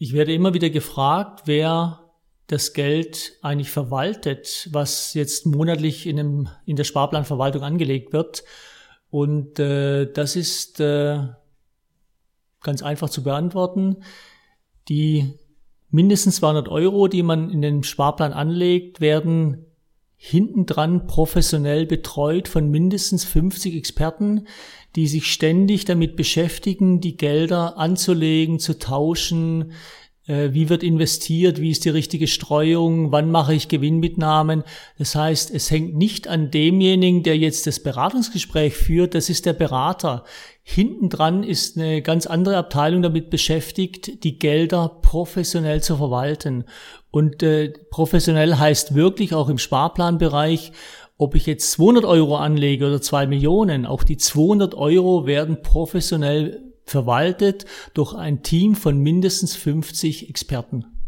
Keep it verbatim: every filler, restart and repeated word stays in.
Ich werde immer wieder gefragt, wer das Geld eigentlich verwaltet, was jetzt monatlich in, einem, in der Sparplanverwaltung angelegt wird. Und äh, das ist äh, ganz einfach zu beantworten. Die mindestens zweihundert Euro, die man in den Sparplan anlegt, werden hintendran professionell betreut von mindestens fünfzig Experten, die sich ständig damit beschäftigen, die Gelder anzulegen, zu tauschen, äh, wie wird investiert, wie ist die richtige Streuung, wann mache ich Gewinnmitnahmen. Das heißt, es hängt nicht an demjenigen, der jetzt das Beratungsgespräch führt, das ist der Berater. Hintendran ist eine ganz andere Abteilung damit beschäftigt, die Gelder professionell zu verwalten. Und äh, professionell heißt wirklich auch im Sparplanbereich, ob ich jetzt zweihundert Euro anlege oder zwei Millionen, auch die zweihundert Euro werden professionell verwaltet durch ein Team von mindestens fünfzig Experten.